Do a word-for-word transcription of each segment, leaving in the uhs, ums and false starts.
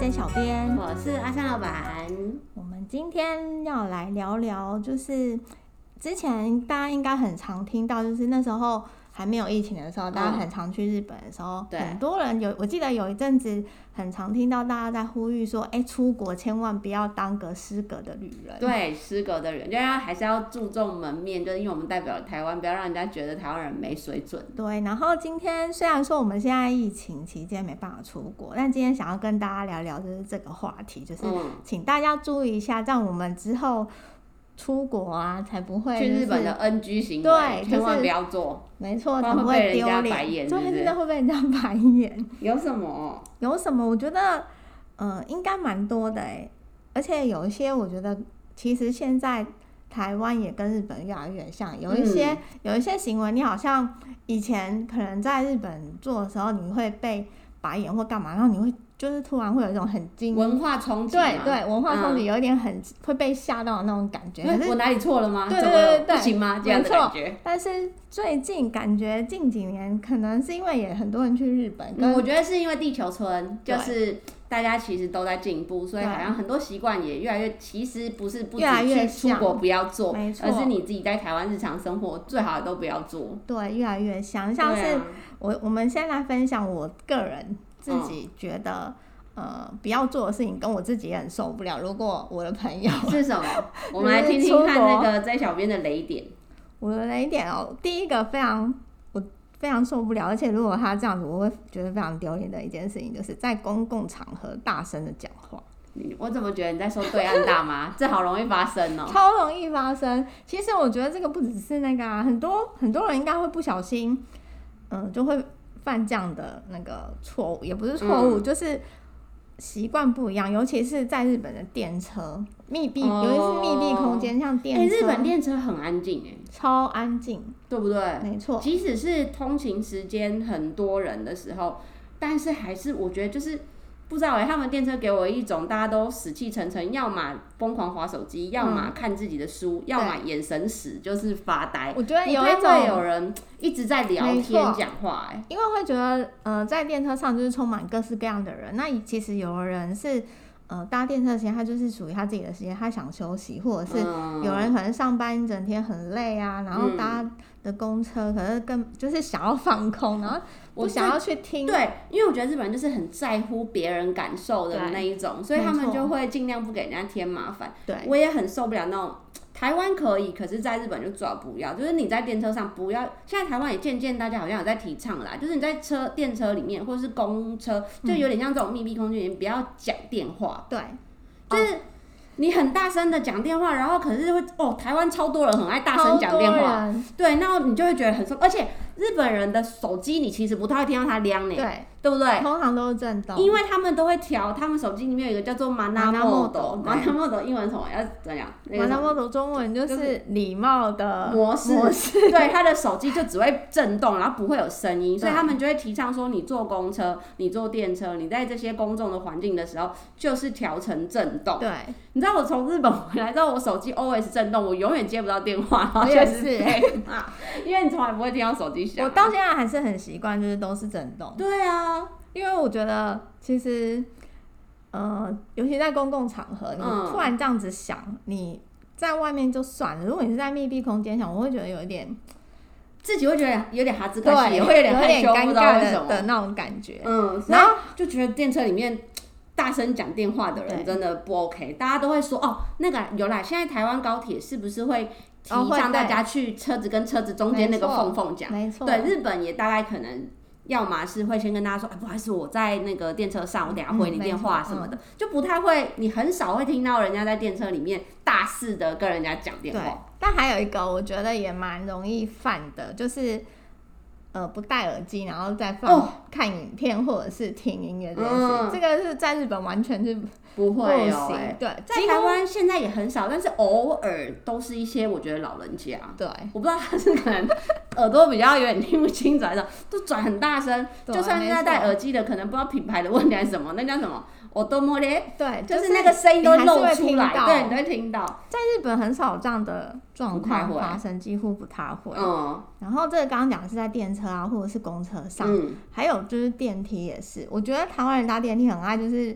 J 小编， 我是阿三老板。 我们今天要来聊聊，就是之前大家应该很常听到，就是那时候还没有疫情的时候，大家很常去日本的时候， 嗯、 很多人有，我记得有一阵子很常听到大家在呼吁说，哎、欸，出国千万不要当个失格的旅人。 对，失格的人，就要还是要注重门面，就是因为我们代表台湾，不要让人家觉得台湾人没水准。 对，然后今天虽然说我们现在疫情期间没办法出国，但今天想要跟大家聊聊就是这个话题，就是请大家注意一下，这样我们之后出国啊，才不会、就是、 去日本的 N G 行为， 对， 千万不要做， 没错， 才不会丢脸， 对，真的会被人家白眼。 有什么？ 有什么？我觉得，呃，应该蛮多的哎，而且有一些，我觉得其实现在台湾也跟日本越来越像，有一些、嗯、有一些行为，你好像以前可能在日本做的时候，你会被白眼或干嘛，然后你会。就是突然会有一种很惊文化冲击， 对对，文化冲击有一点很、嗯、会被吓到的那种感觉。可是我哪里错了吗？ 对对对对， 不行吗？这样的感觉。 但是最近感觉近几年，可能是因为也很多人去日本， 嗯、我觉得是因为地球村，就是大家其实都在进步，所以好像很多习惯也越来越，其实不是不止去出国不要做，而是你自己在台湾日常生活最好的都不要做。 对，越来越像，像是我、啊、我们先来分享我个人。自己觉得、嗯、呃不要做的事情，跟我自己也很受不了。如果我的朋友是什么，我们来听听看那个 J 小编的雷点。 我的雷点哦，第一个非常我非常受不了，而且如果他这样子，我会觉得非常丢脸的一件事情，就是在公共场合大声的讲话。 我怎么觉得你在说对岸大妈？这好容易发生哦， 超容易发生。其实我觉得这个不只是那个啊，很多很多人应该会不小心，嗯、呃，就会。犯这样的那个错误，也不是错误、嗯，就是习惯不一样，尤其是在日本的电车密闭，哦、尤其是密闭空间，像电车、 欸，日本电车很安静哎， 超安静， 对不对？ 没错， 即使是通勤时间很多人的时候，但是还是我觉得就是。不知道哎、欸，他们电车给我一种大家都死气沉沉，要么疯狂滑手机，要么看自己的书，嗯、要么眼神死就是发呆。 我觉得有一种有人一直在聊天讲话哎、欸， 因为会觉得呃，在电车上就是充满各式各样的人。那其实有的人是呃搭电车的时间，他就是属于他自己的时间，他想休息，或者是有人可能上班一整天很累啊，然后搭的公车，可是更就是想要放空，然后。我想要去听， 对，因为我觉得日本人就是很在乎别人感受的那一种，所以他们就会尽量不给人家添麻烦。对，我也很受不了那种台湾可以，可是在日本就最好不要。就是你在电车上不要，现在台湾也渐渐大家好像有在提倡啦，就是你在车电车里面或是公车，就有点像这种密闭空间里面，不要讲电话。 对， 就是。你很大声的讲电话，然后可是会哦，台湾超多人很爱大声讲电话，对，那你就会觉得很受，而且日本人的手机你其实不太会听到它亮呢， 对， 对不对？ 通常都是震动， 因为他们都会调，他们手机里面有一个叫做 Manamoto，Manamoto 英文什么要怎样？那個、 Manamoto 中文就是礼貌的模式， 模式对，他的手机就只会震动，然后不会有声音，所以他们就会提倡说，你坐公车、你坐电车、你在这些公众的环境的时候，就是调成震动， 对。 你知道我从日本回来之后，我手机 always 震动，我永远接不到电话， 我也是， 因为你从来不会听到手机响。 我到现在还是很习惯，就是都是震动。 对啊， 因为我觉得其实，呃，尤其在公共场合，你突然这样子响，嗯、你在外面就算了，如果你是在密闭空间响，我会觉得有一点， 自己会觉得有点哈兹卡西，也会有点害羞， 尴尬的的那种感觉。 嗯，然后就觉得电车里面。大声讲电话的人真的不 OK， 大家都会说哦，那个有啦，现在台湾高铁是不是会提倡大家去车子跟车子中间那个缝缝讲？ 没错， 对，日本也大概可能，要么是会先跟大家说，哎，不好意思，我在那个电车上，我等一下回你电话什么的，嗯、就不太会，你很少会听到人家在电车里面大肆的跟人家讲电话。 但还有一个，我觉得也蛮容易犯的，就是。呃，不戴耳机，然后再放、oh. 看影片或者是听音乐这件事、嗯，这个是在日本完全是不会有、欸。 对， 在台湾现在也很少，但是偶尔都是一些我觉得老人家。 对， 我不知道他是可能耳朵比较有点听不清楚，还是都转很大声，就算是在戴耳机的，可能不知道品牌的问题还是什么，那叫什么？我多么咧， 对， 就是那个声音都露出来，对，你会听到。 在日本很少有这样的状况发生，几乎不太会。嗯。然后这个刚刚讲的是在电车啊，或者是公车上，嗯、还有就是电梯也是。我觉得台湾人搭电梯很爱，就是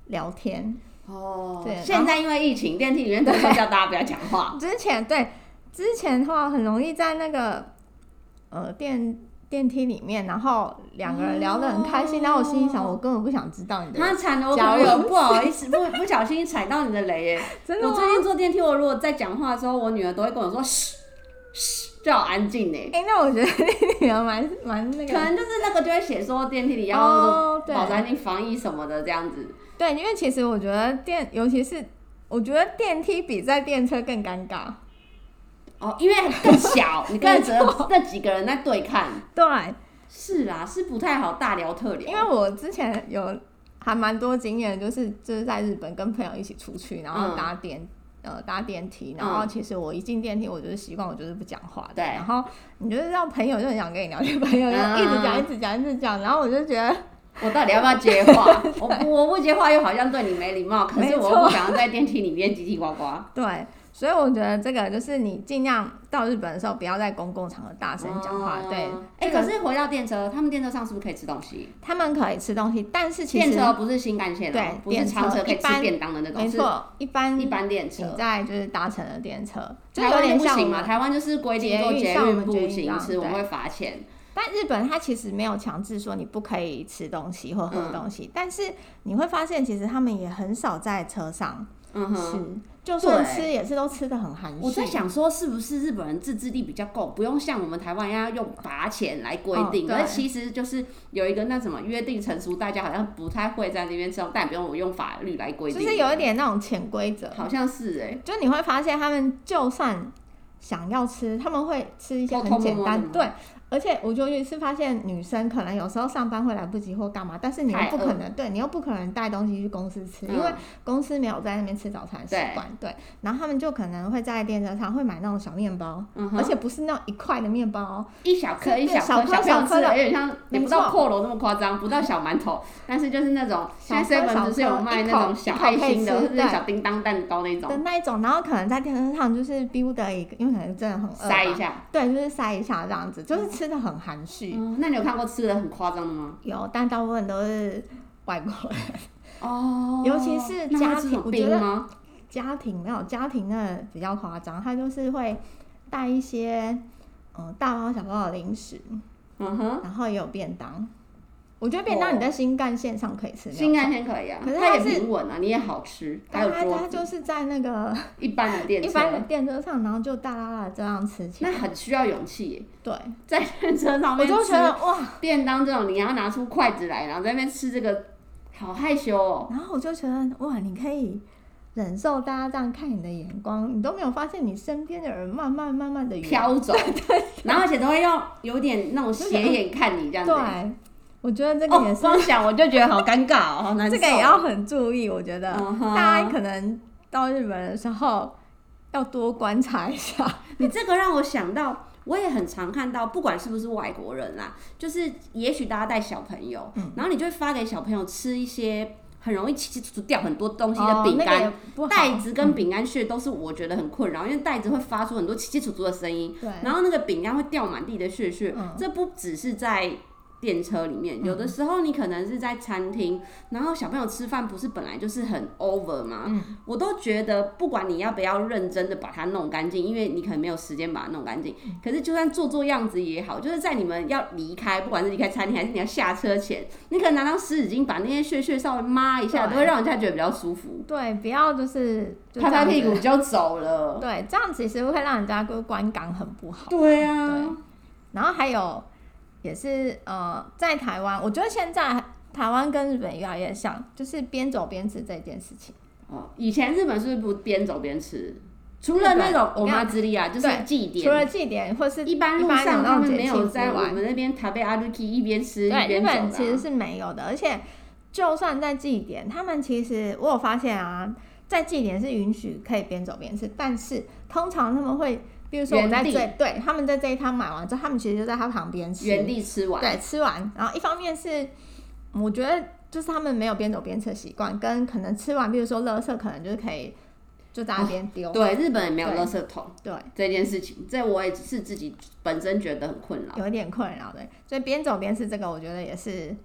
聊天。 哦，对，现在因为疫情，电梯里面都叫大家不要讲话。 之前对，之前的话很容易在那个呃电电梯里面，然后两个人聊得很开心，哦、然后我心里想，我根本不想知道你的。 他惨了，我可能有不好意思，不不小心踩到你的雷耶。 真的吗？ 我最近坐电梯，我如果在讲话的时候，我女儿都会跟我说嘘嘘，就好安静呢。 哎、欸，那我觉得你女儿蛮蛮那个， 可能就是那个就会写说电梯里要保持安静、防疫什么的这样子。 对，因为其实我觉得电，尤其是我觉得电梯比在电车更尴尬。 哦，因为更小，你跟着那几个人在对看。 对， 是啦，是不太好大聊特聊。 因为我之前有还蛮多经验，就是就是在日本跟朋友一起出去，然后搭电、嗯、呃搭电梯，然后其实我一进电梯，我就是习惯我就是不讲话的。对。然后你就是让朋友就很想跟你聊天，朋友就一直讲、嗯、一直讲一直讲，然后我就觉得。 我到底要不要接话？我我不接话又好像对你没礼貌，可是我又不想要在电梯里面叽叽呱呱。 对，所以我觉得这个就是你尽量到日本的时候，不要在公共场合大声讲话。嗯、对， 哎、欸，可是回到电车，他们电车上是不是可以吃东西？ 他们可以吃东西，但是其实电车不是新干线、喔，对，不是长车可以吃便当的那种。 没错，一般一般电车， 你在就是搭乘的电车，就有点不行嘛。台湾就是规定做捷运不行吃，我们会罚钱。 但日本它其实没有强制说你不可以吃东西或喝东西，嗯、但是你会发现其实他们也很少在车上吃，嗯、就算吃也是都吃得很含蓄。 我在想说是不是日本人自制力比较够，不用像我们台湾一样用罚钱来规定，而、哦、其实就是有一个那什么约定成熟，大家好像不太会在那边吃，但也不用我用法律来规定， 就是有一点那种潜规则， 好像是哎、欸， 就你会发现他们就算想要吃，他们会吃一些很简单，偷偷摸摸对。而且我就是发现女生可能有时候上班会来不及或干嘛，但是你又不可能，对你又不可能带东西去公司吃，嗯、因为公司没有在那边吃早餐的习惯，对。然后他们就可能会在电车上会买那种小面包，嗯、而且不是那种一块的面包哦， 一小颗一小颗，小朋友吃的有点像，也不到破楼那么夸张，不到小馒头，但是就是那种现在 seven 不是有卖那种小爱心的，或者小叮当蛋糕那种的那一种，然后可能在电车上就是逼不得已，因为可能真的很饿， 塞一下， 对，就是塞一下这样子，就是吃的很含蓄。 嗯，那你有看过吃的很夸张的吗？ 有，但大部分都是外国人。 哦。 尤其是家庭，我觉得家庭没有家庭那比较夸张，他就是会带一些嗯大包小包的零食，嗯哼，然后也有便当。我觉得便当你在新干线上可以吃， 新干线可以啊，可是它也平稳啊，你也好吃，还有桌子。 它就是在那个一般的电车， 一般的电车上，然后就大啦啦这样吃起来， 那很需要勇气耶。 对， 在电车上面吃， 我就觉得哇， 便当这种你要拿出筷子来，然后在那边吃这个，好害羞哦。 然后我就觉得哇，你可以忍受大家这样看你的眼光，你都没有发现你身边的人慢慢慢慢的飘走，然后而且都会用有点那种斜眼看你这样子。 对。我觉得这个也是， 光、哦、想我就觉得好尴尬哦，好难受。 这个也要很注意，我觉得、uh huh. 大家可能到日本的时候要多观察一下。 你这个让我想到，我也很常看到，不管是不是外国人啦，就是也许大家带小朋友，嗯、然后你就会发给小朋友吃一些很容易起起楚楚掉很多东西的饼干，袋、哦那個、子跟饼干屑都是我觉得很困扰，嗯、因为袋子会发出很多起起楚楚的声音，然后那个饼干会掉满地的屑屑，嗯、这不只是在电车里面，有的时候你可能是在餐厅，然后小朋友吃饭不是本来就是很 over 吗？嗯、我都觉得不管你要不要认真的把它弄干净，因为你可能没有时间把它弄干净。嗯、可是就算做做样子也好，就是在你们要离开，不管是离开餐厅还是你要下车前，你可能拿到湿纸巾把那些屑屑稍微抹一下，都会让人家觉得比较舒服。 对，不要就是就拍拍屁股就走了。 对，这样其实会让人家观感很不好。 对啊。对， 然后还有。也是呃，在台湾，我觉得现在台湾跟日本越来越像，就是边走边吃这件事情。 哦，以前日本是不是不边走边吃？除了那种我妈之力啊，就是祭典。 除了祭典，或是一般路上他们没有在我们那边台北阿鲁基一边吃一边走的、啊。 日本其实是没有的，而且就算在祭典，他们其实我有发现啊，在祭典是允许可以边走边吃，但是通常他们会。比如说我在这，对，他们在这一摊买完之后，他们其实就在他旁边吃， 原地吃完， 对，吃完。然后一方面是，我觉得就是他们没有边走边吃的习惯，跟可能吃完，比如说垃圾可能就是可以就在那边丢、哦。 对，日本也没有垃圾桶， 对这件事情，这我也是自己本身觉得很困扰， 有一点困扰，对。所以边走边吃这个，我觉得也是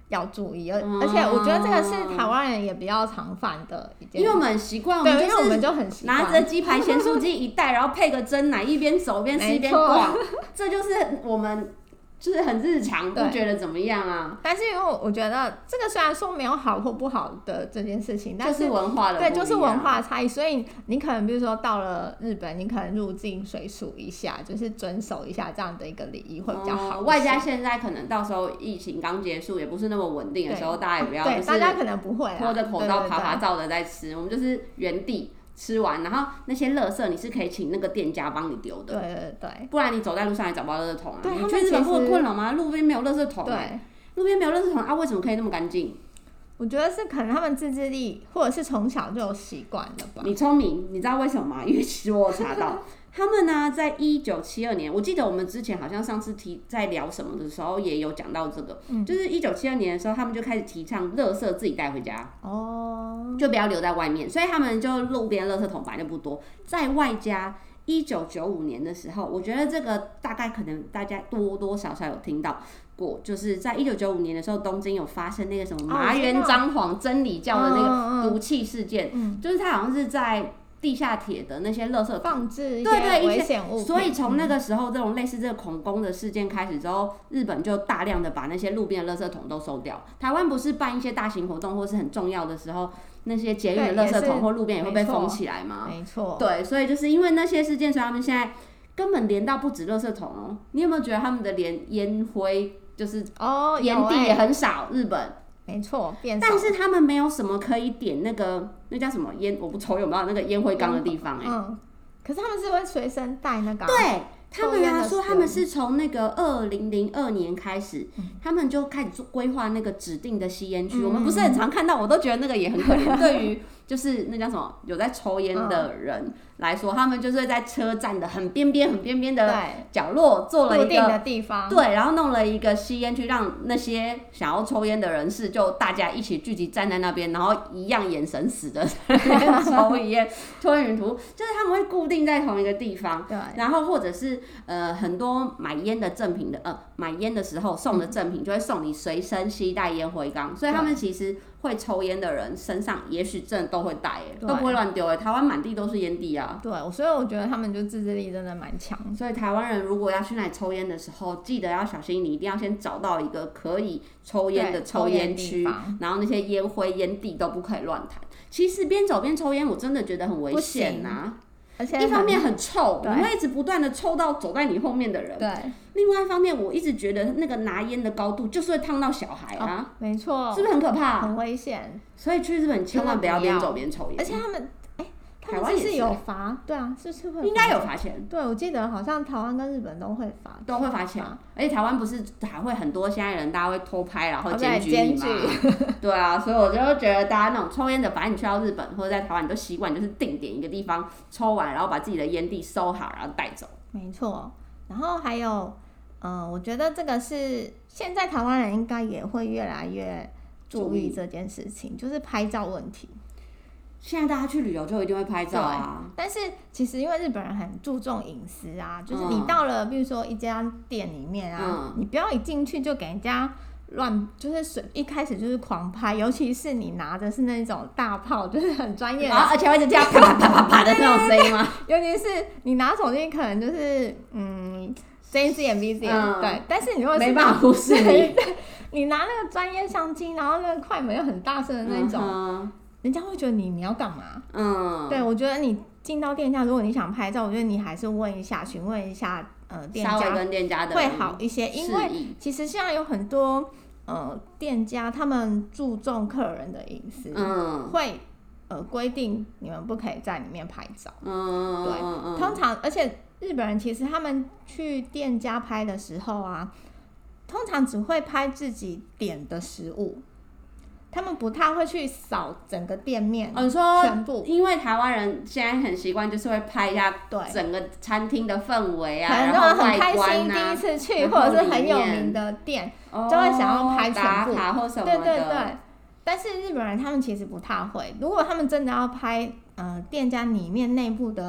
要注意，而、嗯、而且我觉得这个是台湾人也比较常犯的一件事， 因为我们很习惯， 对，因为我们就很习惯拿着鸡排咸酥鸡一袋，然后配个蒸奶，一边走一边吃一边逛，这就是我们。就是很日常，不觉得怎么样啊？ 但是因为我觉得这个虽然说没有好或不好的这件事情，但是就是文化的不一样， 对，就是文化差异。所以你可能比如说到了日本，你可能入境水数一下，就是遵守一下这样的一个礼仪会比较好、嗯。 外加现在可能到时候疫情刚结束，也不是那么稳定的时候，大家也不要就是大家可能不会拖着口罩爬爬照的在吃，我们就是原地。吃完，然后那些垃圾你是可以请那个店家帮你丢的， 对对对， 不然你走在路上也找不到垃圾桶啊。你去日本不会困扰吗？路边没有垃圾桶、欸，对，路边没有垃圾桶啊，为什么可以那么干净？ 我觉得是可能他们自制力，或者是从小就有习惯了吧。 你聪明，你知道为什么吗？因为其实我有查到。他们呢，在一九七二年，我记得我们之前好像上次提在聊什么的时候，也有讲到这个，嗯、就是一九七二年的时候，他们就开始提倡垃圾自己带回家，哦，就不要留在外面，所以他们就路边垃圾桶本来就不多，在外加一九九五年的时候，我觉得这个大概可能大家多多少少有听到过，就是在一九九五年的时候，东京有发生那个什么麻原彰晃真理教的那个毒气事件，嗯、就是他好像是在。地下铁的那些垃圾放置一些危险物品， 所以从那个时候，这种类似这个恐攻的事件开始之后，日本就大量的把那些路边的垃圾桶都收掉。台湾不是办一些大型活动或是很重要的时候，那些捷运的垃圾桶或路边也会被封起来吗？ 没错， 对，所以就是因为那些事件，所以他们现在根本连到不止垃圾桶哦。你有没有觉得他们的连烟灰就是哦， 烟蒂也很少？日本。 没错， 但是他们没有什么可以点那个那叫什么烟，我不抽有没有那个烟灰缸的地方哎、欸嗯，可是他们是会随身带那个、啊， 对他们啊说他们是从那个二零零二年开始，嗯、他们就开始做规划那个指定的吸烟区、嗯，我们不是很常看到，我都觉得那个也很可怜，对于就是那叫什么有在抽烟的人来说，嗯、他们就是在车站的很边边、很边边的角落做了一个固定的地方， 对，然后弄了一个吸烟区，让那些想要抽烟的人士就大家一起聚集站在那边，然后一样眼神死的抽烟、吞云吐雾，就是他们会固定在同一个地方，对，然后或者是呃很多买烟的赠品的呃买烟的时候送的赠品就会送你随身携带烟灰缸，所以他们其实。会抽烟的人身上也许真的都会带耶，都不会乱丢耶。台湾满地都是烟蒂啊。 对，所以我觉得他们就自制力真的蛮强。 所以台湾人如果要去那里抽烟的时候，记得要小心，你一定要先找到一个可以抽烟的抽烟区，然后那些烟灰烟蒂都不可以乱弹。其实边走边抽烟，我真的觉得很危险呐。而且一方面很臭，你会一直不断的抽到走在你后面的人。对。另外一方面，我一直觉得那个拿烟的高度就是会烫到小孩啊。哦、 没错。 是不是很可怕？ 很危险。所以去日本千万不要边走边抽烟。 而且他们，哎、欸，他们是有罚，对啊，是是会。 应该有罚钱。 对，我记得好像台湾跟日本都会罚。 都会罚钱。而且台湾不是还会很多现在人大家会偷拍然后检举你吗？对啊，所以我就觉得大家那种抽烟的，反正你去到日本或者在台湾，你都习惯就是定点一个地方抽完，然后把自己的烟蒂收好，然后带走。 没错，然后还有，嗯、呃，我觉得这个是现在台湾人应该也会越来越注意这件事情，就是拍照问题。 现在大家去旅游就一定会拍照啊， 但是其实因为日本人很注重隐私啊，就是你到了比如说一家店里面啊，嗯、你不要一进去就给人家乱，就是随一开始就是狂拍，尤其是你拿的是那种大炮，就是很专业的， 然后而且会一直这样啪啪啪啪啪的那种声音吗？ 尤其是你拿手机可能就是嗯睁一只眼闭一只眼，嗯、对，但是你如果是没办法忽视你， 你拿那个专业相机，然后那个快门又很大声的那种。嗯人家会觉得你你要干嘛？嗯，对，我觉得你进到店家，如果你想拍照，我觉得你还是问一下，询问一下，呃，店家， 稍微跟店家的会好一些，因为其实现在有很多呃店家，他们注重客人的隐私，嗯，会呃规定你们不可以在里面拍照，嗯，对，嗯、通常而且日本人其实他们去店家拍的时候啊，通常只会拍自己点的食物。他们不太会去扫整个店面， 哦，你说全部， 因为台湾人现在很习惯，就是会拍一下整个餐厅的氛围啊， 然后很开心第一次去，或者是很有名的店，哦、就会想要拍全部， 打卡或什么的。 对对对。但是日本人他们其实不太会，如果他们真的要拍呃店家里面内部的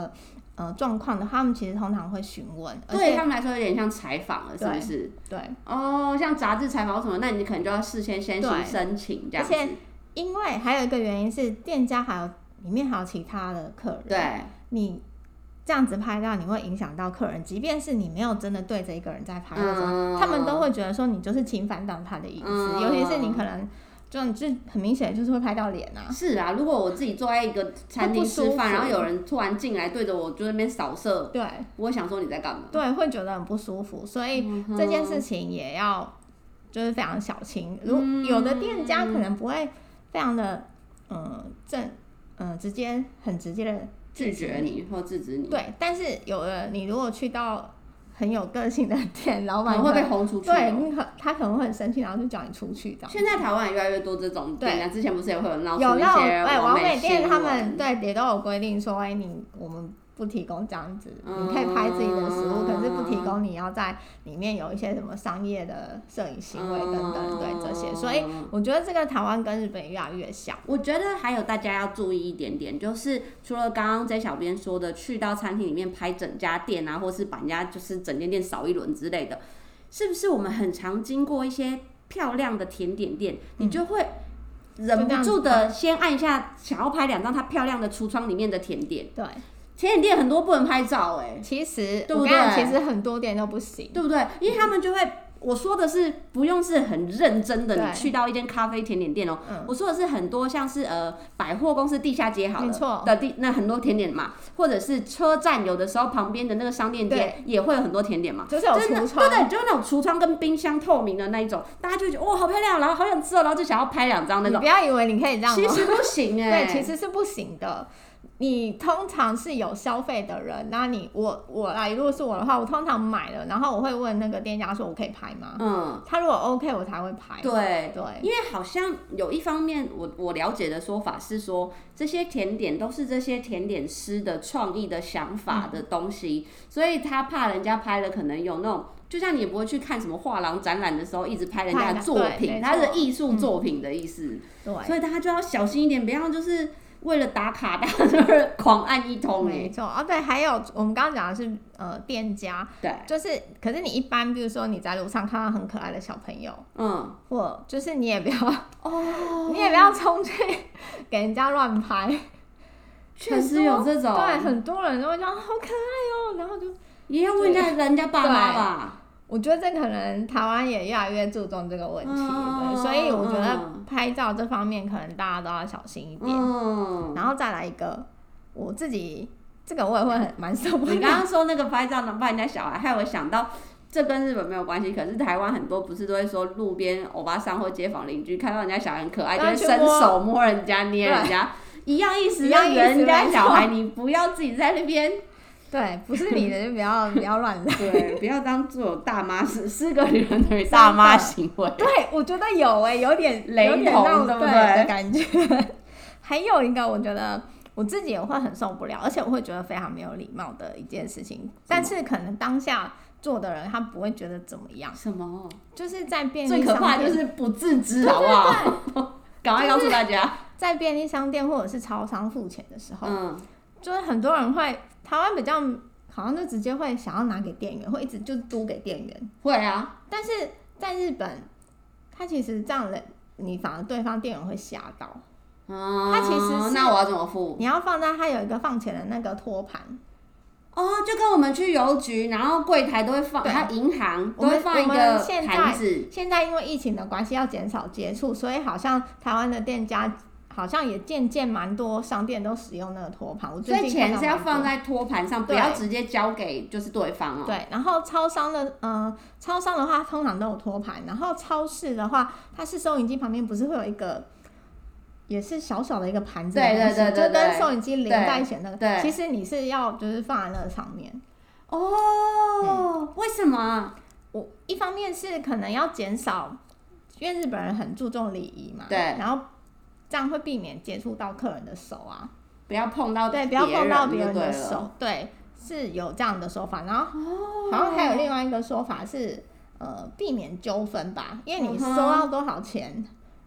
呃状况的，他们其实通常会询问， 对他们来说有点像采访了，是不是？ 对。 哦，像杂志采访什么，那你可能就要事先先行申请这样子。 而且因为还有一个原因是，店家还有里面还有其他的客人， 对， 你这样子拍照，你会影响到客人，即便是你没有真的对着一个人在拍的时候，嗯、他们都会觉得说你就是侵犯到他的隐私，嗯、尤其是你可能。就你就很明显就是会拍到脸啊。 是啊，如果我自己坐在一个餐厅吃饭，然后有人突然进来对着我就在那边扫射， 对， 我会想说你在干嘛？ 对，会觉得很不舒服，所以这件事情也要就是非常小心。如果有的店家可能不会非常的嗯正嗯直接很直接的拒绝你或制止你， 对，但是有的你如果去到很有个性的店，老板会被轰出去、哦。 对，你可他可能会很生气，然后就叫你出去这样。 现在台湾也越来越多这种店啊，之前不是也会有闹出一些完美店，他们对也都有规定说，哎、欸，你我们不提供这样子，嗯、你可以拍自己的食物，可是不提供你要在里面有一些什么商业的摄影行为等等，嗯、对这些。所以我觉得这个台湾跟日本越来越像。 我觉得还有大家要注意一点点，就是除了刚刚 J 小编说的，去到餐厅里面拍整家店啊，或是把人家就是整间店扫一轮之类的，是不是我们很常经过一些漂亮的甜点店，嗯、你就会忍不住的先按一下，想要拍两张它漂亮的橱窗里面的甜点。 对。 甜点店很多不能拍照哎、欸， 其实对不对？ 其实很多店都不行， 对不对？因为他们就会，我说的是不用是很认真的，你去到一间咖啡甜点店哦、喔嗯，我说的是很多像是呃百货公司地下街好了的地，那很多甜点嘛，或者是车站有的时候旁边的那个商店街也会有很多甜点嘛， 就是有橱窗， 对对，就是那种橱窗跟冰箱透明的那一种，大家就会觉得哇好漂亮，然后好想吃哦，然后就想要拍两张那种。 你不要以为你可以这样， 其实不行哎、 欸，对，其实是不行的。你通常是有消费的人，那你我我来，如果是我的话，我通常买了，然后我会问那个店家说，我可以拍吗？嗯，他如果 OK， 我才会拍。 对对， 因为好像有一方面，我我了解的说法是说，这些甜点都是这些甜点师的创意的想法的东西，嗯、所以他怕人家拍了可能有那种。就像你也不会去看什么画廊展览的时候，一直拍人家的作品，它是艺术作品的意思。对、嗯，所以大家就要小心一点，不要就是为了打卡，大家就是狂按一通。 没错，哦对，还有我们刚刚讲的是呃店家， 对， 就是可是你一般比如说你在路上看到很可爱的小朋友，嗯，或就是你也不要哦，你也不要冲去给人家乱拍。 确实有这种， 对，很多人都会讲好可爱哦，然后就也要问一下人家爸妈吧。 我觉得这可能台湾也越来越注重这个问题，嗯、对，所以我觉得拍照这方面可能大家都要小心一点。嗯、然后再来一个，我自己这个我也会很蛮受不了。 你刚刚说那个拍照能拍人家小孩，害我想到这跟日本没有关系，可是台湾很多不是都会说路边欧巴桑或街坊邻居看到人家小孩很可爱，就会伸手摸人家、捏人家，一样意思，让人家小孩你不要自己在那边。 对，不是你的就不要不要乱来。 对，不要当做大妈是四个女人的大妈行为。 对，我觉得有哎、欸，有点雷同，对不对？ 的感觉。还有一个，我觉得我自己也会很受不了，而且我会觉得非常没有礼貌的一件事情。但是可能当下做的人他不会觉得怎么样。 什么？ 就是在便利商店， 最可怕就是不自知，好不好？赶快告诉大家， 在便利商店或者是超商付钱的时候，嗯，就是很多人会。台湾比较好像就直接会想要拿给店员，会一直就嘟给店员。 会啊， 但是在日本，他其实这样的你反而对方店员会吓到。嗯，他其实是那我要怎么付？ 你要放在他有一个放钱的那个托盘。 哦，就跟我们去邮局，然后柜台都会放，还有银行都会放一个盘子。 现在因为疫情的关系，要减少接触，所以好像台湾的店家。好像也渐渐蛮多商店都使用那个托盘，我最近所以钱是要放在托盘上，不要直接交给就是对方哦。 对，然后超商的，呃，超商的话通常都有托盘，然后超市的话，它是收银机旁边不是会有一个，也是小小的一个盘子的东西， 对对对对对， 就跟收银机连在一起那个，其实你是要就是放在那个上面。 哦、嗯，为什么？ 我一方面是可能要减少，因为日本人很注重礼仪嘛， 对， 然后。这样会避免接触到客人的手啊， 不要碰到对，不要碰到别人的手，对，是有这样的说法。然后，哦、好像还有另外一个说法是，呃，避免纠纷吧，因为你收到多少钱，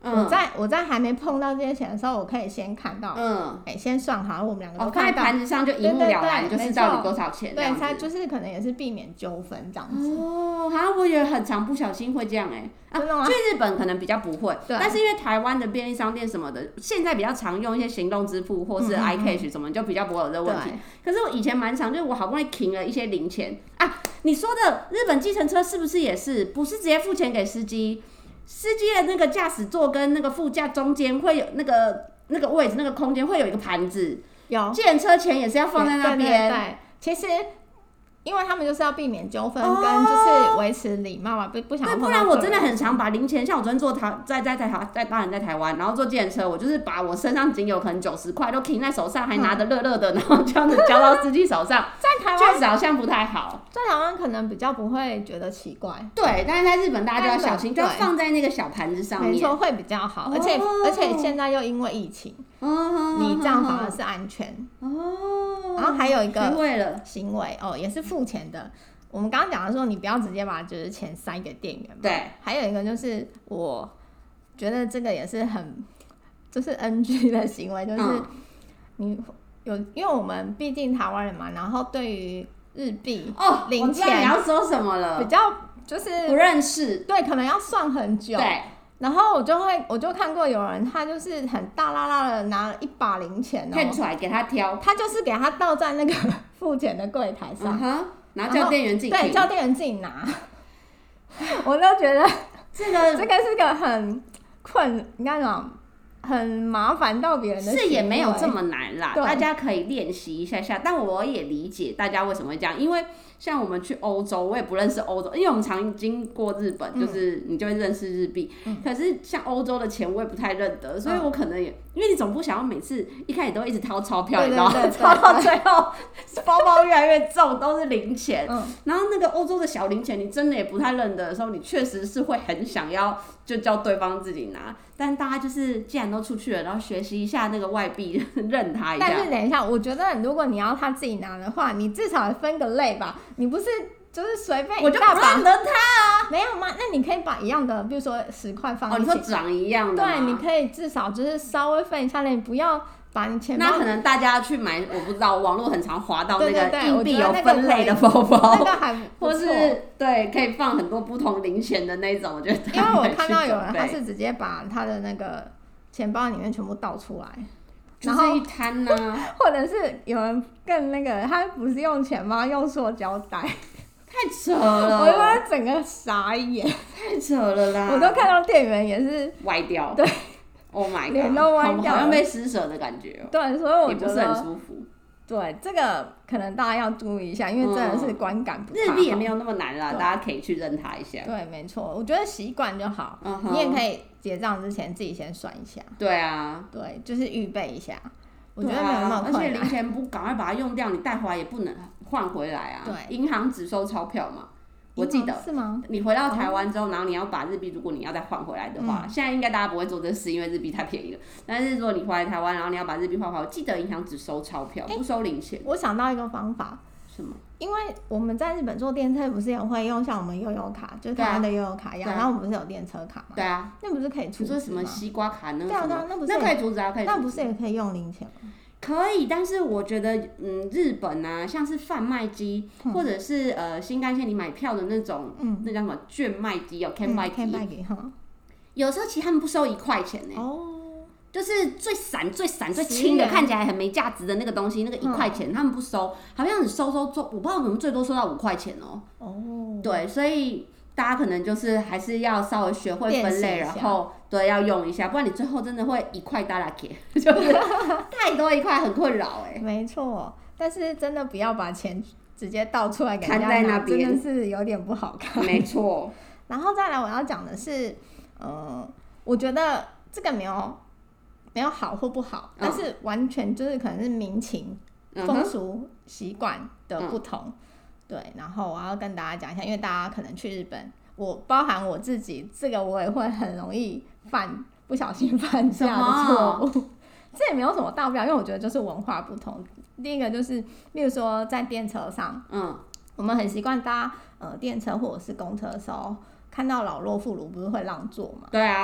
嗯、我在我在还没碰到这些钱的时候，我可以先看到，嗯，哎、欸，先算好，我们两个都看到， 哦、盘子上就一目了然，就是到底多少钱， 对，它就是可能也是避免纠纷这样子。 哦，好像我也很常不小心会这样哎、欸，真的吗？去日本可能比较不会，但是因为台湾的便利商店什么的，现在比较常用一些行动支付或是 iCash 什么，就比较不会有这个问题。可是我以前蛮常，就是我好不容易停了一些零钱啊，你说的日本计程车是不是也是不是直接付钱给司机？司机的那个驾驶座跟那个副驾中间会有那个那个位置，那个空间会有一个盘子。有，计程车钱也是要放在那边。 对对对，其实因为他们就是要避免纠纷，跟就是维持礼貌嘛，不不想要碰到。 不然我真的很常把零钱，像我昨天坐台在在在台在当然在台湾，然后坐计程车，我就是把我身上仅有可能九十块都停在手上，还拿得热热的，然后这样子交到司机手上。在台湾确实好像不太好， 在台湾可能比较不会觉得奇怪。 对，但是在日本大家就要小心，就要放在那个小盘子上面， 没错，会比较好。而且、哦、而且现在又因为疫情，哦、你这样反而是安全。哦，然后还有一个行为哦，也是付钱的。我们刚刚讲的说，你不要直接把就是钱塞给店员嘛。 对。 还有一个就是，我觉得这个也是很，就是 N G 的行为，就是你有，因为我们毕竟台湾人嘛，然后对于日币哦， 零钱， 我知道你要说什么了， 比较就是不认识， 对，可能要算很久。 对。 然后我就会，我就看过有人，他就是很大拉拉的拿了一把零钱哦， 看出来给他挑， 他就是给他倒在那个付钱的柜台上。 嗯然后叫店员自己对，叫店员自己拿，我都觉得这个这个是个很困，你看讲很麻烦到别人的， 是也没有这么难啦，大家可以练习一下下。但我也理解大家为什么会这样，因为像我们去欧洲，我也不认识欧洲，因为我们常经过日本，就是你就会认识日币。嗯、可是像欧洲的钱，我也不太认得，所以我可能也，因为你总不想要每次一开始都一直掏钞票，你知道吗？掏到最后包包越来越重，都是零钱。嗯、然后那个欧洲的小零钱，你真的也不太认得的时候，你确实是会很想要就叫对方自己拿。但大家就是既然都出去了，然后学习一下那个外币，认他一下。 但是等一下，我觉得如果你要他自己拿的话，你至少分个类吧。你不是就是随便一大把， 我就不认得他啊。 没有吗？那你可以把一样的，比如说十块放一起。 哦，你说长一样的吗？ 对，你可以至少就是稍微分一下类，你不要把你钱包。 那可能大家去买，我不知道，网络很常滑到那个硬币有分类的包包， 那个还不或是对可以放很多不同零钱的那种，我觉得。 因为我看到有人他是直接把他的那个钱包里面全部倒出来。 然后一摊呢， 或者是有人更那个，他不是用钱包，用塑胶袋， 太扯了！ 我他整个傻眼， 太扯了啦！ 我都看到店员也是歪掉， 对 ，Oh my god， 脸都歪掉， 好像被施舍的感觉、喔。 对，所以我觉得也不是很舒服。 对，这个可能大家要注意一下，因为真的是观感不太好。 日币也没有那么难啦，大家可以去认它一下。 对，没错，我觉得习惯就好。嗯、你也可以结账之前自己先算一下。 对啊， 对，就是预备一下。我觉得没有那么困难， 而且零钱不赶快把它用掉，你带回来也不能换回来啊。 对， 银行只收钞票嘛。我记得是吗？ 你回到台湾之后，然后你要把日币，如果你要再换回来的话，嗯、现在应该大家不会做这事，因为日币太便宜了。但是如果你回来台湾，然后你要把日币换回来，我记得银行只收钞票，不收零钱。 我想到一个方法。 什么？ 因为我们在日本坐电车，不是也会用像我们悠游卡，就是台湾的悠游卡一样，啊、然后我们不是有电车卡吗？ 对啊， 那不是可以储值吗？ 你说什么西瓜卡那个？ 对啊对啊，那不是那可以储值啊，可以。 那不是也可以用零钱吗？ 可以，但是我觉得，嗯，日本啊，像是贩卖机，嗯、或者是呃新干线你买票的那种，嗯、那叫什么券卖机哦 ，can buy 机，有时候其实他们不收一块钱呢。哦。就是最散、最散、最轻的，看起来很没价值的那个东西，那个一块钱、嗯、他们不收，好像你收收做，我不知道我们最多收到五块钱哦。哦。对，所以大家可能就是还是要稍微学会分类，然后对要用一下，不然你最后真的会一块大拉给，就是太多一块很困扰哎。 没错，但是真的不要把钱直接倒出来给人家拿，在那边真的是有点不好看。 没错。 然后再来我要讲的是，呃，我觉得这个没有。没有好或不好，但是完全就是可能是民情、嗯、风俗习惯的不同、嗯，对。然后我要跟大家讲一下，因为大家可能去日本，我包含我自己，这个我也会很容易犯不小心犯下的错误。这也没有什么大不了，因为我觉得就是文化不同。第一个就是，例如说在电车上，嗯，我们很习惯搭呃电车或者是公车的时候，看到老弱妇孺不是会让座嘛？ 对啊。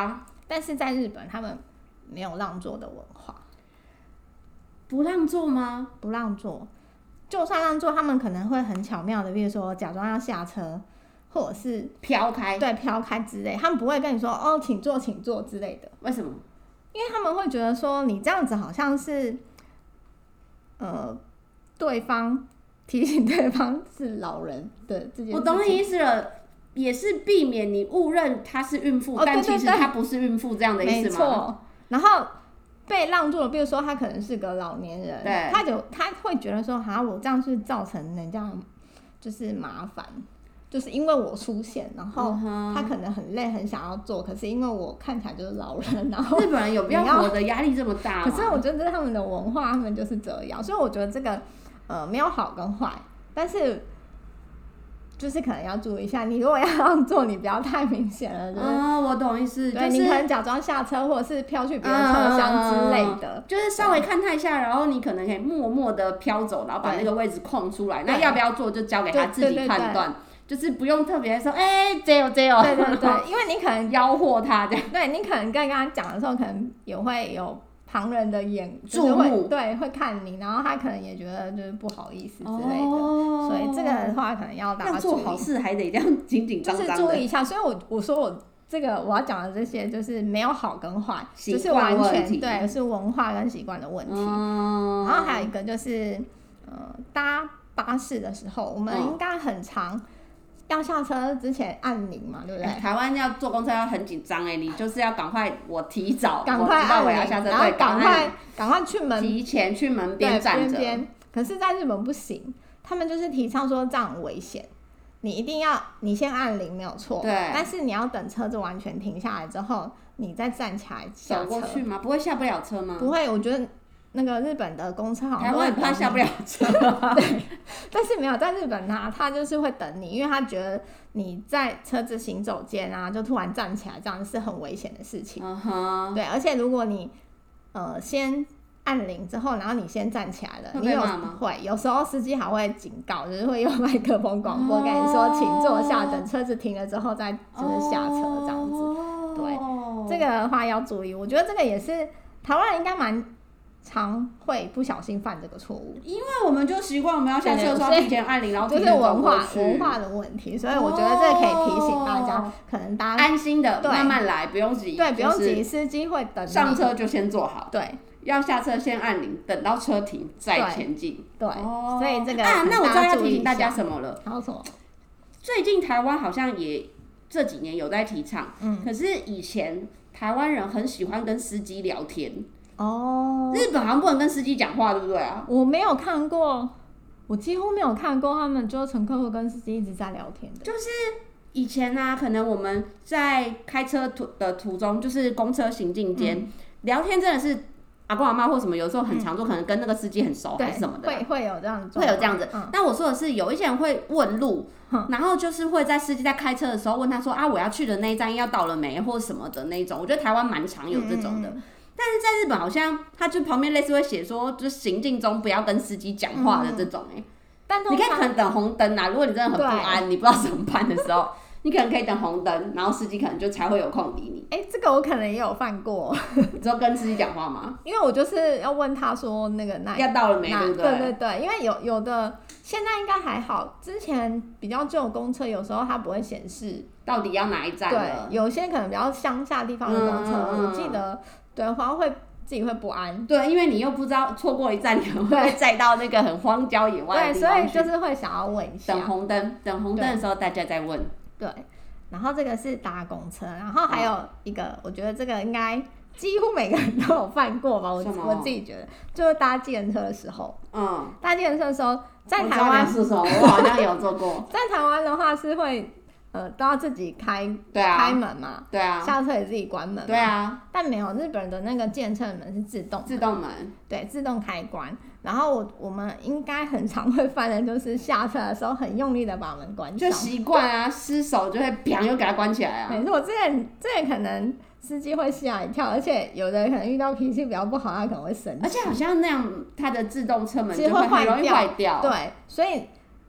但是在日本他们没有让座的文化。 不让座吗？ 不让座，就算让座，他们可能会很巧妙的，比如说假装要下车，或者是飘开， 对，飘开之类，他们不会跟你说哦，请坐，请坐之类的。 为什么？ 因为他们会觉得说你这样子好像是，呃，对方提醒对方是老人的这件事情。 我懂你意思了，也是避免你误认她是孕妇， 哦、 但其实她不是孕妇这样的意思吗？ 没错。然后被让座的，比如说他可能是个老年人， 对， 他就他会觉得说，哈，我这样是造成人家就是麻烦。就是因为我出现，然后他可能很累，很想要做，可是因为我看起来就是老人，然后日本人有必要活得压力这么大吗？ 可是我觉得这是他们的文化，他们就是这样，所以我觉得这个呃没有好跟坏，但是就是可能要注意一下，你如果要让座，你不要太明显了，就是、 哦，我懂意思， 对、 就是、 你可能假装下车，或者是飘去别的车厢之类的、 嗯，就是稍微看他一下，然后你可能可以默默的飘走，然后把那个位置空出来，那要不要坐就交给他自己判断。就是不用特别说，哎、欸，这有这有， 对对对，因为你可能吆喝他这样， 对你可能刚刚讲的时候，可能也会有旁人的眼注目、 就是，对，会看你，然后他可能也觉得就是不好意思之类的，哦、所以这个的话可能要大家注意。 做好事还得这样紧紧张张的， 就是注意一下。所以我我说我这个我要讲的这些，就是没有好跟坏，就是完全对是文化跟习惯的问题、嗯。然后还有一个就是呃搭巴士的时候，我们应该很常。要下车之前按铃嘛，对不对？ 欸、台湾要坐公车要很紧张哎，你就是要赶快，我提早， 赶快按铃，然后赶快赶快去门， 提前去门边站着。 可是，在日本不行，他们就是提倡说这样很危险，你一定要你先按铃没有错， 对。 但是你要等车子完全停下来之后，你再站起来下车。 走过去吗？不会下不了车吗？ 不会，我觉得。那个日本的公车好像台湾怕下不了车， 对，但是没有在日本他他就是会等你，因为他觉得你在车子行走间啊，就突然站起来，这样是很危险的事情。嗯哼，对，而且如果你呃先按铃之后，然后你先站起来了， 会你有会有时候司机还会警告，就是会用麦克风广播跟你说，请坐下，等车子停了之后再就是下车这样子。哦、对，这个的话要注意，我觉得这个也是台湾人应该蛮。常会不小心犯这个错误， 因为我们就习惯我们要下车的时候提前按铃，然后就是文化文化的问题，所以我觉得这个可以提醒大家，哦、可能大家安心的慢慢来，不用急， 对，不用急，司机会等你上车就先坐好， 对， 要下车先按铃，等到车停再前进， 对，对哦、所以这个啊，那我知道要提醒大家什么了， 还有什么？ 最近台湾好像也这几年有在提倡，嗯，可是以前台湾人很喜欢跟司机聊天。哦，日本好像不能跟司机讲话，对不对啊？ 我没有看过，我几乎没有看过他们就是乘客会跟司机一直在聊天的。 就是以前啊，可能我们在开车途的途中，就是公车行进间、嗯、聊天，真的是阿公阿嬷或什么，有时候很常做、嗯，可能跟那个司机很熟还是什么的， 会会有这样子， 会有这样子。嗯、但我说的是，有一些人会问路、嗯，然后就是会在司机在开车的时候问他说啊，我要去的那一站要到了没，或什么的那种。我觉得台湾蛮常有这种的。嗯，但是在日本好像他就旁边类似会写说，就是行进中不要跟司机讲话的这种哎、欸嗯，但你可以可能等红灯啊，如果你真的很不安，你不知道怎么办的时候，你可能可以等红灯，然后司机可能就才会有空理你。 哎、欸，这个我可能也有犯过。 你知道跟司机讲话吗？ 因为我就是要问他说那个那要到了没，对不对？ 对对对，因为有有的现在应该还好，之前比较旧公车有时候它不会显示到底要哪一站了。 对，有些可能比较乡下地方的公车，嗯、我记得。对，好像会自己会不安。 对，因为你又不知道错过一站，你可能会载到那个很荒郊野外的地方去。 对，所以就是会想要问一下。 等红灯，等红灯的时候大家再问。 对，然后这个是搭公车，然后还有一个，哦、我觉得这个应该几乎每个人都有犯过吧，我我自己觉得，就是搭计程车的时候。嗯。搭计程车的时候，在台湾是什么？我好像有做过。 在台湾的话是会。呃，都要自己开、 啊、 开门嘛， 对啊， 下车也自己关门嘛， 对啊。 但没有日本的那个计程车门是自动自动门， 对，自动开关。然后我我们应该很常会犯的就是下车的时候很用力的把门关上， 就习惯啊，失手就会砰又给它关起来啊。 没错，这个这个可能司机会吓一跳，而且有的人可能遇到脾气比较不好，他可能会生气。 而且好像那样，它的自动车门就会很容易坏掉。 对，所以。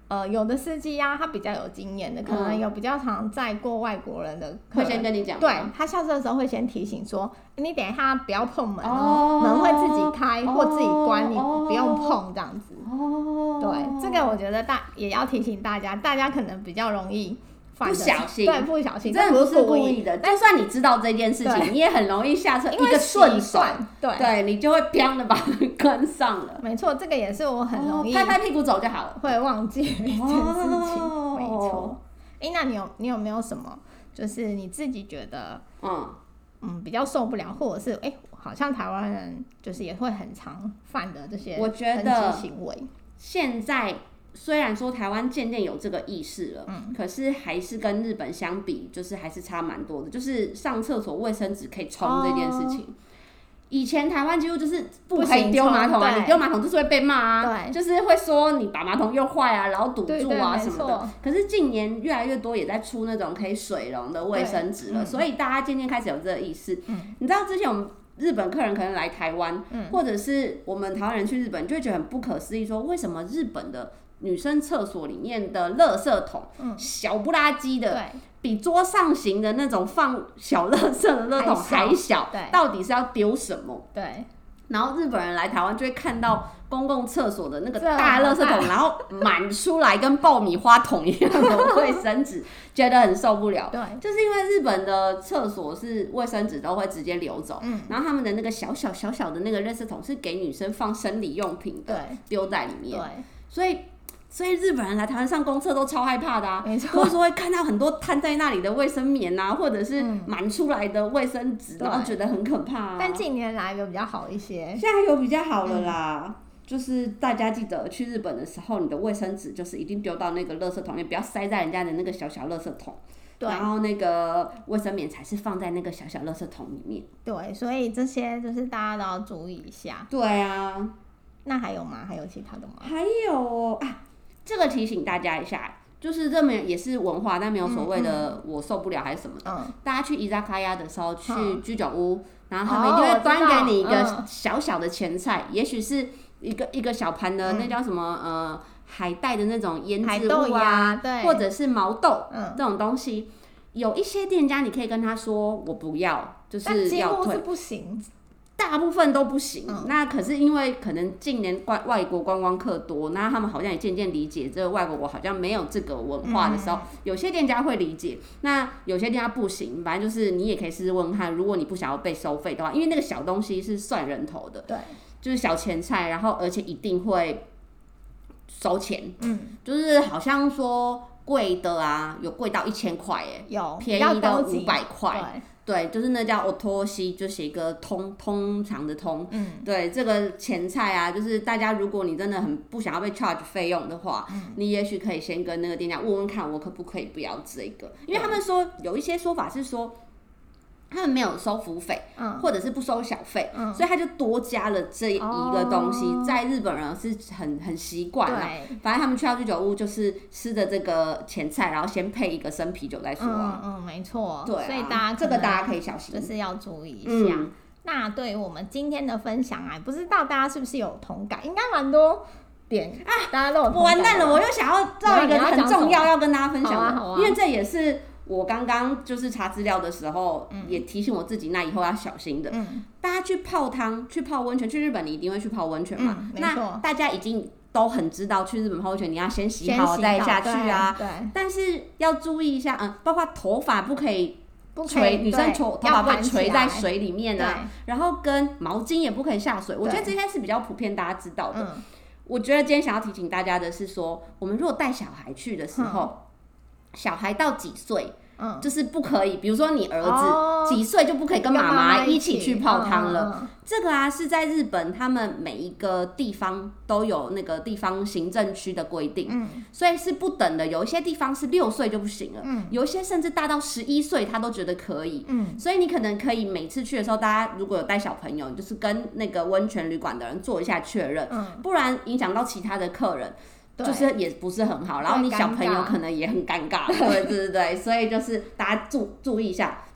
呃，有的司机啊，他比较有经验的，可能有比较常载过外国人的， 会先跟你讲， 对，他下车的时候会先提醒说，你等一下不要碰门哦，门会自己开或自己关，你不用碰这样子。哦，对，这个我觉得大也要提醒大家，大家可能比较容易。 不小心， 对，不小心， 真的不是故意的。就算你知道这件事情，你也很容易下车一个顺手， 对， 对你就会砰的把门关上了。 没错，这个也是我很容易、 哦、拍拍屁股走就好了， 会忘记一件事情。哦、没错。哎、欸，那你有你有没有什么，就是你自己觉得，嗯嗯，比较受不了，或者是哎、欸，好像台湾人就是也会很常犯的这些我觉得行为， 现在。虽然说台湾渐渐有这个意识了，嗯，可是还是跟日本相比，就是还是差蛮多的。就是上厕所卫生纸可以冲这件事情，哦、以前台湾几乎就是不可以丢马桶啊，你丢马桶就是会被骂啊，对，就是会说你把马桶用坏啊，然后堵住啊什么的。可是近年越来越多也在出那种可以水溶的卫生纸了，嗯、所以大家渐渐开始有这个意识。嗯、你知道之前我们日本客人可能来台湾，嗯、或者是我们台湾人去日本，就会觉得很不可思议，说为什么日本的女生厕所里面的垃圾桶，嗯、小不拉几的，比桌上型的那种放小垃圾的垃圾桶还小，到底是要丢什么？ 对。 然后日本人来台湾就会看到公共厕所的那个大垃圾桶，然后满出来跟爆米花桶一样的卫生纸，觉得很受不了。 对， 就是因为日本的厕所是卫生纸都会直接流走，嗯、然后他们的那个小小小小的那个垃圾桶是给女生放生理用品的，丢在里面。对，所以。所以日本人来台湾上公厕都超害怕的啊，或者说会看到很多摊在那里的卫生棉啊，或者是满出来的卫生纸，然后觉得很可怕啊。 但近年来有比较好一些， 现在有比较好了啦。嗯、就是大家记得去日本的时候，你的卫生纸就是一定丢到那个垃圾桶里，不要塞在人家的那个小小垃圾桶。然后那个卫生棉才是放在那个小小垃圾桶里面。 对，所以这些就是大家都要注意一下。 对啊。 那还有吗？还有其他的吗？ 还有啊。这个提醒大家一下，就是这么也是文化，但没有所谓的我受不了还是什么的。嗯、大家去伊扎卡亚的时候，去居酒屋，嗯、然后他们一定会端给你一个小小的前菜，嗯、也许是一个一个小盘的，嗯、那叫什么呃海带的那种腌制物啊， 对， 或者是毛豆、嗯、这种东西。有一些店家你可以跟他说我不要，就是要退，但几乎是不行。 大部分都不行，嗯、那可是因为可能近年外外国观光客多，那他们好像也渐渐理解这个外国国好像没有这个文化的时候，嗯、有些店家会理解，那有些店家不行，反正就是你也可以试试问看，如果你不想要被收费的话，因为那个小东西是算人头的， 对， 就是小前菜，然后而且一定会收钱，嗯，就是好像说贵的啊，有贵到一千块哎， 有便宜的五百块。对，就是那叫 otoshi， 就写一个通通常的通。嗯，对，这个前菜啊，就是大家如果你真的很不想要被 charge 费用的话，嗯、你也许可以先跟那个店家问问看，我可不可以不要这个？因为他们说有一些说法是说。他们没有收服务费，嗯、或者是不收小费，嗯、所以他就多加了这一个东西。哦、在日本人是很很习惯啦，反正他们去到居酒屋就是吃的这个前菜，然后先配一个生啤酒再说啊。 嗯嗯，没错。 对、啊， 所以大家这个大家可以小心， 就是要注意一下。嗯、那对于我们今天的分享啊，不知道大家是不是有同感？应该蛮多点啊，大家都有同感。 我完蛋了，我又想要造一个很重要要跟大家分享的， 好啊好啊、 因为这也是。我刚刚就是查资料的时候，嗯、也提醒我自己，那以后要小心的。嗯、大家去泡汤、去泡温泉，去日本你一定会去泡温泉嘛？ 嗯、 那大家已经都很知道，去日本泡温泉你要先洗好再下去啊。 对。对但是要注意一下，嗯，包括头发不可以垂，女生头头发不可以垂在水里面啊。然后跟毛巾也不可以下水。我觉得这些是比较普遍大家知道的。嗯、我觉得今天想要提醒大家的是说，我们如果带小孩去的时候，嗯、小孩到几岁？嗯、就是不可以，比如说你儿子几岁就不可以跟妈妈一起去泡汤了。嗯嗯、这个啊是在日本，他们每一个地方都有那个地方行政区的规定，嗯、所以是不等的。有一些地方是六岁就不行了，嗯、有一些甚至大到十一岁他都觉得可以。嗯、所以你可能可以每次去的时候，大家如果有带小朋友，就是跟那个温泉旅馆的人做一下确认，嗯、不然影响到其他的客人。就是也不是很好，然后你小朋友可能也很尴尬，对对对对，所以就是大家注注意一下，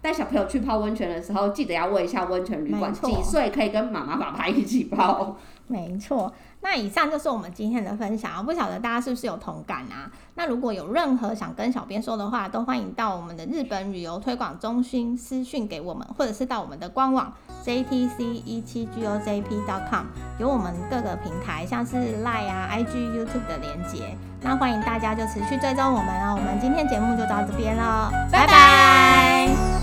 带小朋友去泡温泉的时候，记得要问一下温泉旅馆几岁可以跟妈妈爸爸一起泡。 没错，那以上就是我们今天的分享，不晓得大家是不是有同感啊？那如果有任何想跟小编说的话，都欢迎到我们的日本旅游推广中心私讯给我们，或者是到我们的官网 j t c 一七 g o j p dot com， 有我们各个平台像是 Line 啊、I G、YouTube 的连结。那欢迎大家就持续追踪我们哦。我们今天节目就到这边了，拜拜。